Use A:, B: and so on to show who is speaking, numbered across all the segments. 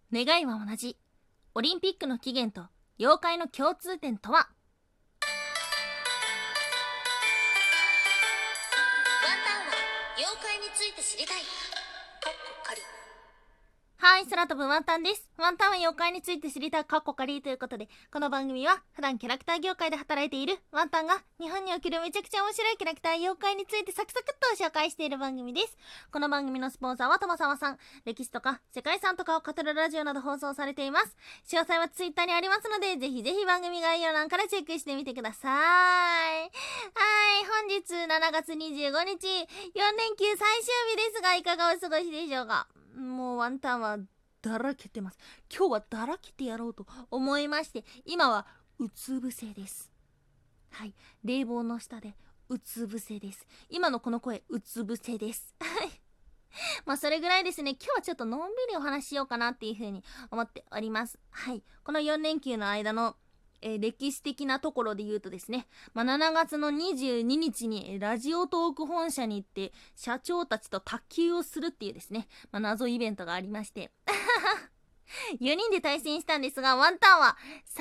A: 願いは同じ。オリンピックの起源と妖怪の共通点とは？ワン
B: タンは妖怪について知りたい。
A: はい、空飛ぶワンタンです。ワンタンは妖怪について知りたいカッコカリということで、この番組は普段キャラクター業界で働いているワンタンが日本におけるめちゃくちゃ面白いキャラクター妖怪についてサクサクっと紹介している番組です。この番組のスポンサーはともさまさん。歴史とか世界遺産とかを語るラジオなど放送されています。詳細はツイッターにありますので、ぜひぜひ番組概要欄からチェックしてみてください。はい、本日7月25日、4連休最終日ですが、いかがお過ごしでしょうか。もうワンタンはだらけてます。今日はだらけてやろうと思いまして、今はうつ伏せです。はい、冷房の下でうつ伏せです。今のこの声、うつ伏せです。はいまあそれぐらいですね。今日はちょっとのんびりお話ししようかなっていう風に思っております。はい、この4連休の間の歴史的なところで言うとですね、7月の22日にラジオトーク本社に行って社長たちと卓球をするっていうですね、謎イベントがありまして4人で対戦したんですが、ワンタンは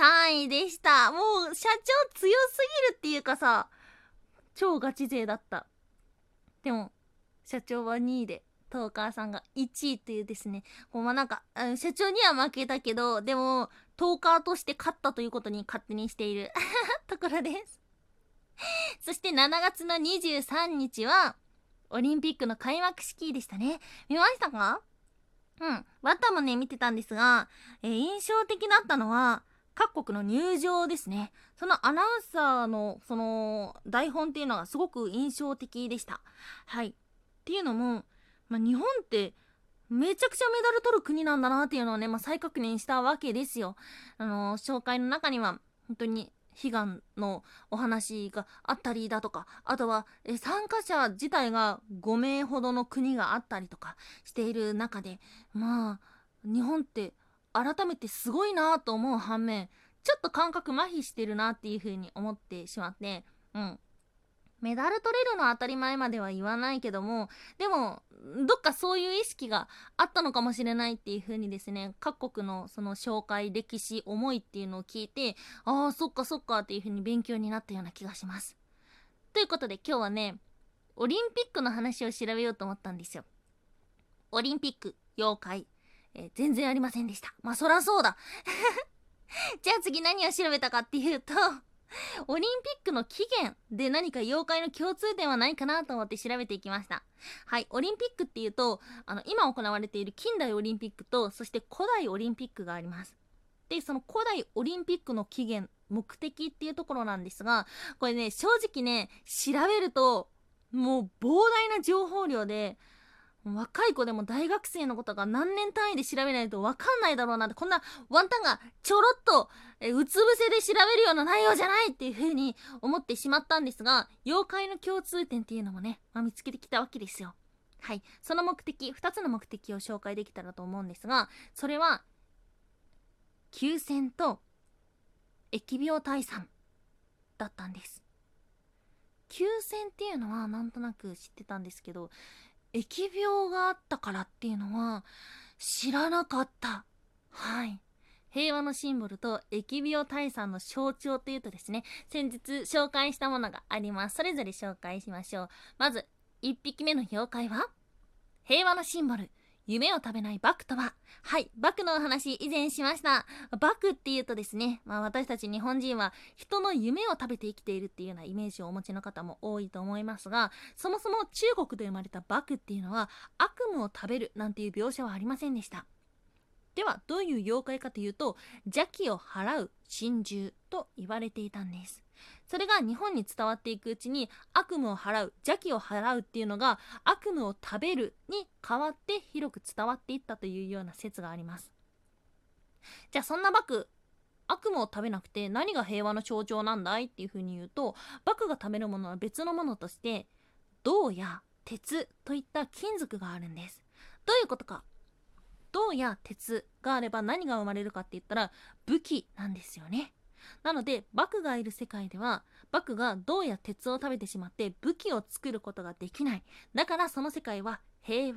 A: 3位でした。もう社長強すぎるっていうかさ、超ガチ勢だった。でも社長は2位で、トーカーさんが1位というですね、なんか社長には負けたけど、でもトーカーとして勝ったということに勝手にしているところです。そして7月の23日はオリンピックの開幕式でしたね。見ましたか？ワンタンもね見てたんですが、印象的だったのは各国の入場ですね。そのアナウンサーのその台本っていうのがすごく印象的でした。はい。っていうのも、日本ってめちゃくちゃメダル取る国なんだなっていうのをね、再確認したわけですよ。紹介の中には本当に悲願のお話があったりだとか、あとは参加者自体が5名ほどの国があったりとかしている中で、日本って改めてすごいなと思う反面、ちょっと感覚麻痺してるなっていう風に思ってしまって、メダル取れるのは当たり前までは言わないけども、でもどっかそういう意識があったのかもしれないっていう風にですね、各国のその紹介、歴史、思いっていうのを聞いて、ああそっかそっかっていう風に勉強になったような気がします。ということで今日はね、オリンピックの話を調べようと思ったんですよ。オリンピック、妖怪、全然ありませんでした。そらそうだじゃあ次何を調べたかっていうとオリンピックの起源で何か妖怪の共通点はないかなと思って調べていきました。はい、オリンピックっていうと今行われている近代オリンピックと、そして古代オリンピックがあります。でその古代オリンピックの起源、目的っていうところなんですが、これね正直ね調べるともう膨大な情報量で、若い子でも大学生のことが何年単位で調べないと分かんないだろうなって、こんなワンタンがちょろっとうつ伏せで調べるような内容じゃないっていう風に思ってしまったんですが、妖怪の共通点っていうのもね、見つけてきたわけですよ。はい、その目的、2つの目的を紹介できたらと思うんですが、それは休戦と疫病退散だったんです。休戦っていうのはなんとなく知ってたんですけど、疫病があったからっていうのは知らなかった。はい、平和のシンボルと疫病退散の象徴というとですね、先日紹介したものがあります。それぞれ紹介しましょう。まず1匹目の妖怪は平和のシンボル、夢を食べないバクとは。はい、バクのお話以前しました。バクっていうとですね、私たち日本人は人の夢を食べて生きているっていうようなイメージをお持ちの方も多いと思いますが、そもそも中国で生まれたバクっていうのは悪夢を食べるなんていう描写はありませんでした。ではどういう妖怪かというと、邪気を払う神獣と言われていたんです。それが日本に伝わっていくうちに、悪夢を払う、邪気を払うっていうのが悪夢を食べるに変わって広く伝わっていったというような説があります。じゃあそんなバク、悪夢を食べなくて何が平和の象徴なんだいっていうふうに言うと、バクが食べるものは別のものとして銅や鉄といった金属があるんです。どういうことか。銅や鉄があれば何が生まれるかって言ったら武器なんですよね。なのでバクがいる世界では、バクが銅や鉄を食べてしまって武器を作ることができない。だからその世界は平和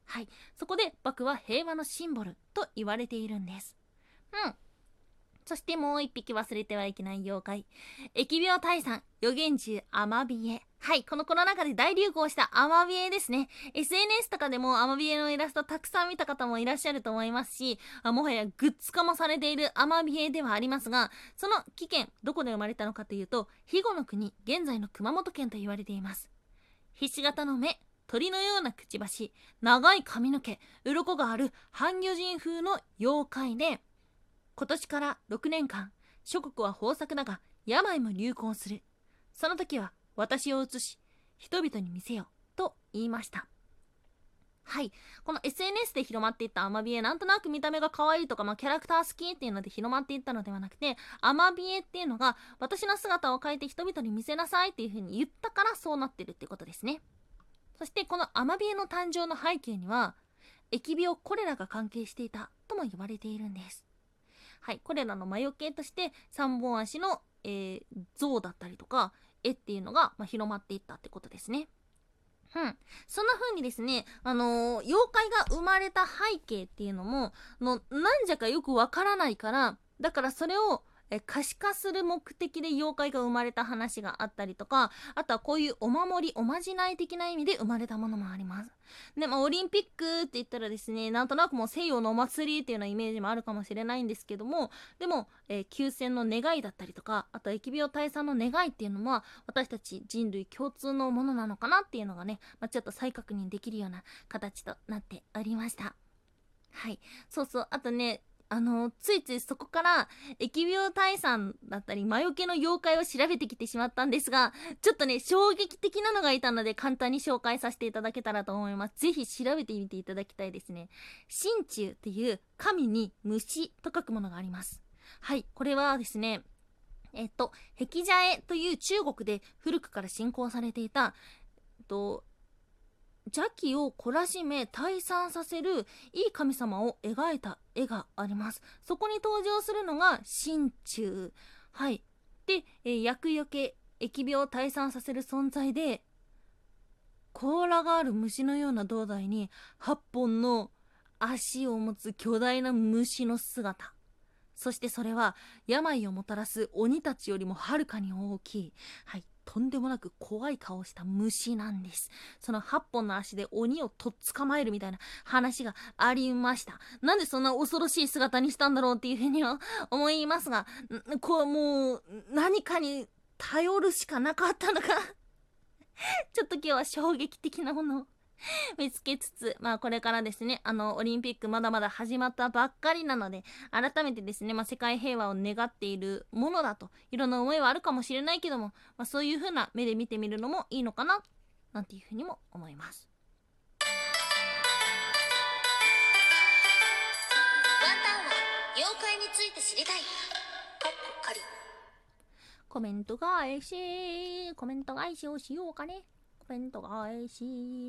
A: はい、そこで獏は平和のシンボルと言われているんです。そしてもう一匹忘れてはいけない妖怪、疫病退散預言獣アマビエ。はい、このコロナ禍で大流行したアマビエですね。 SNS とかでもアマビエのイラストたくさん見た方もいらっしゃると思いますし、もはやグッズ化もされているアマビエではありますが、その起源どこで生まれたのかというと、肥後の国、現在の熊本県と言われています。ひし形の目、鳥のようなくちばし、長い髪の毛、鱗がある半魚人風の妖怪で、今年から6年間、諸国は豊作だが病も流行する。その時は私を映し、人々に見せよと言いました。はい、この SNS で広まっていったアマビエ、なんとなく見た目が可愛いとか、キャラクター好きっていうので広まっていったのではなくて、アマビエっていうのが私の姿を描いて人々に見せなさいっていう風に言ったからそうなってるってことですね。そしてこのアマビエの誕生の背景には、疫病コレラが関係していたとも言われているんです。はい、これらの魔除けとして3本足の、像だったりとか絵っていうのが、広まっていったってことですね。そんな風にですね、妖怪が生まれた背景っていうのもなんじゃかよくわからないから、だからそれを可視化する目的で妖怪が生まれた話があったりとか、あとはこういうお守りおまじない的な意味で生まれたものもあります。で、オリンピックって言ったらですね、なんとなくもう西洋のお祭りっていうようなイメージもあるかもしれないんですけども、でも、休戦の願いだったりとか、あと疫病退散の願いっていうのは私たち人類共通のものなのかなっていうのがね、ちょっと再確認できるような形となっておりました。はい、そうそう、あとね、ついついそこから疫病退散だったり魔除けの妖怪を調べてきてしまったんですが、ちょっとね衝撃的なのがいたので簡単に紹介させていただけたらと思います。ぜひ調べてみていただきたいですね。神虫っていう神に虫と書くものがあります。はい、これはですね、辟邪絵という中国で古くから信仰されていた邪気を懲らしめ退散させるいい神様を描いた絵があります。そこに登場するのが神虫。はい。で、厄除け、疫病を退散させる存在で、甲羅がある虫のような胴体に8本の足を持つ巨大な虫の姿。そしてそれは病をもたらす鬼たちよりもはるかに大きい。はい。とんでもなく怖い顔した虫なんです。その8本の足で鬼をとっ捕まえるみたいな話がありました。なんでそんな恐ろしい姿にしたんだろうっていうふうには思いますが、もう何かに頼るしかなかったのかちょっと今日は衝撃的なものを見つけつつ、これからですね、オリンピックまだまだ始まったばっかりなので、改めてですね、世界平和を願っているものだと、いろんな思いはあるかもしれないけども、そういう風な目で見てみるのもいいのかな、なんていう風にも思います。
B: ワンタンは妖怪について知りたい。
A: コメント返しをしようかね。コメント返し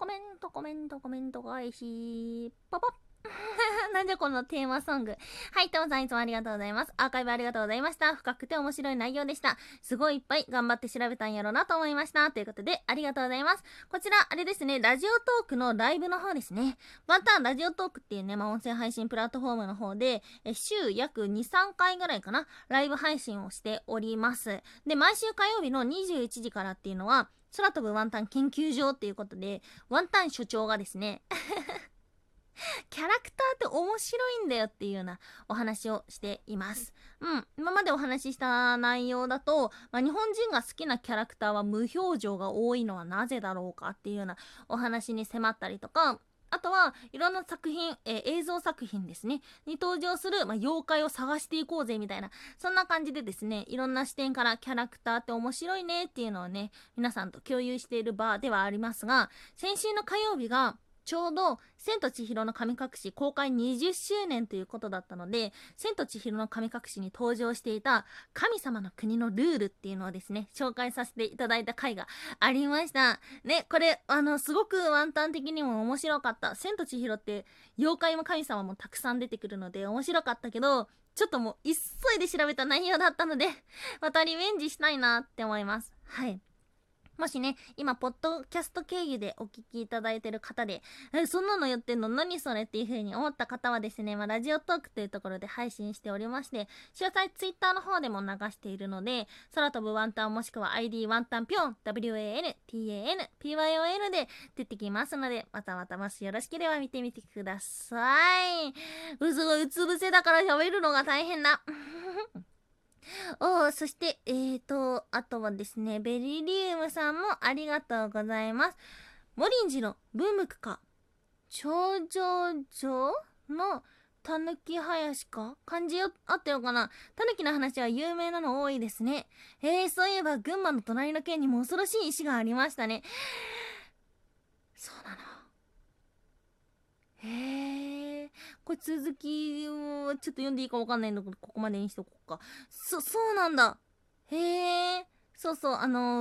A: パパッなんじゃこのテーマソング。はい、ともさんいつもありがとうございます。アーカイブありがとうございました。深くて面白い内容でした。すごいいっぱい頑張って調べたんやろなと思いました。ということで、ありがとうございます。こちら、あれですね、ラジオトークのライブの方ですね。ワンタンラジオトークっていうね、音声配信プラットフォームの方で、週約2、3回ぐらいかな、ライブ配信をしております。で、毎週火曜日の21時からっていうのは、空飛ぶワンタン研究所っていうことで、ワンタン所長がですね、キャラクターって面白いんだよっていうようなお話をしています。今までお話しした内容だと、日本人が好きなキャラクターは無表情が多いのはなぜだろうかっていうようなお話に迫ったりとか、あとはいろんな作品、映像作品ですねに登場する、妖怪を探していこうぜみたいな、そんな感じでですね、いろんな視点からキャラクターって面白いねっていうのをね、皆さんと共有している場ではありますが、先週の火曜日がちょうど千と千尋の神隠し公開20周年ということだったので、千と千尋の神隠しに登場していた神様の国のルールっていうのをですね、紹介させていただいた回がありましたね。これすごくワンタン的にも面白かった。千と千尋って妖怪も神様もたくさん出てくるので面白かったけど、ちょっともう急いで調べた内容だったのでまたリベンジしたいなって思います。はい。 もしね、今、ポッドキャスト経由でお聞きいただいてる方で、そんなのやってんの何それっていう風に思った方はですね、ラジオトークというところで配信しておりまして、詳細ツイッターの方でも流しているので、空飛ぶワンタンもしくは ID ワンタンピョン、WANTANPYON で出てきますので、またもしよろしければ見てみてください。すごい、うつ伏せだから喋るのが大変だ。そして、あとはですね、ベリリウムさんもありがとうございます。モリンジのブームクか、頂上城のたぬき林か漢字合ってるのかな。たぬきの話は有名なの多いですね。そういえば群馬の隣の県にも恐ろしい石がありましたね。そうなの。これ続きをちょっと読んでいいかわかんないんだけど、ここまでにしとこうか。そうなんだ。そうそう、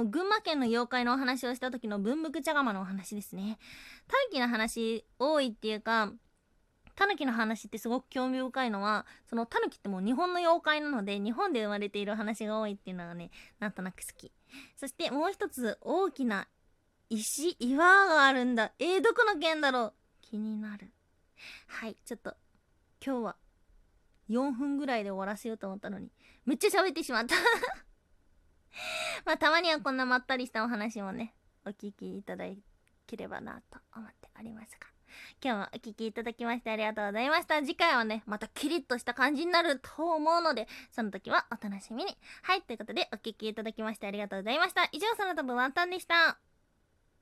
A: 群馬県の妖怪のお話をした時の文福茶釜のお話ですね。タヌキの話多いっていうか、タヌキの話ってすごく興味深いのは、そのタヌキってもう日本の妖怪なので、日本で生まれている話が多いっていうのがね、なんとなく好き。そしてもう一つ大きな岩があるんだ。どこの県だろう。気になる。はい、ちょっと今日は4分ぐらいで終わらせようと思ったのにめっちゃ喋ってしまったたまにはこんなまったりしたお話もね、お聞きいただければなと思っておりますが、今日もお聞きいただきましてありがとうございました。次回はね、またキリッとした感じになると思うので、その時はお楽しみに。はい、ということでお聞きいただきましてありがとうございました。以上、空飛ぶワンタンでした。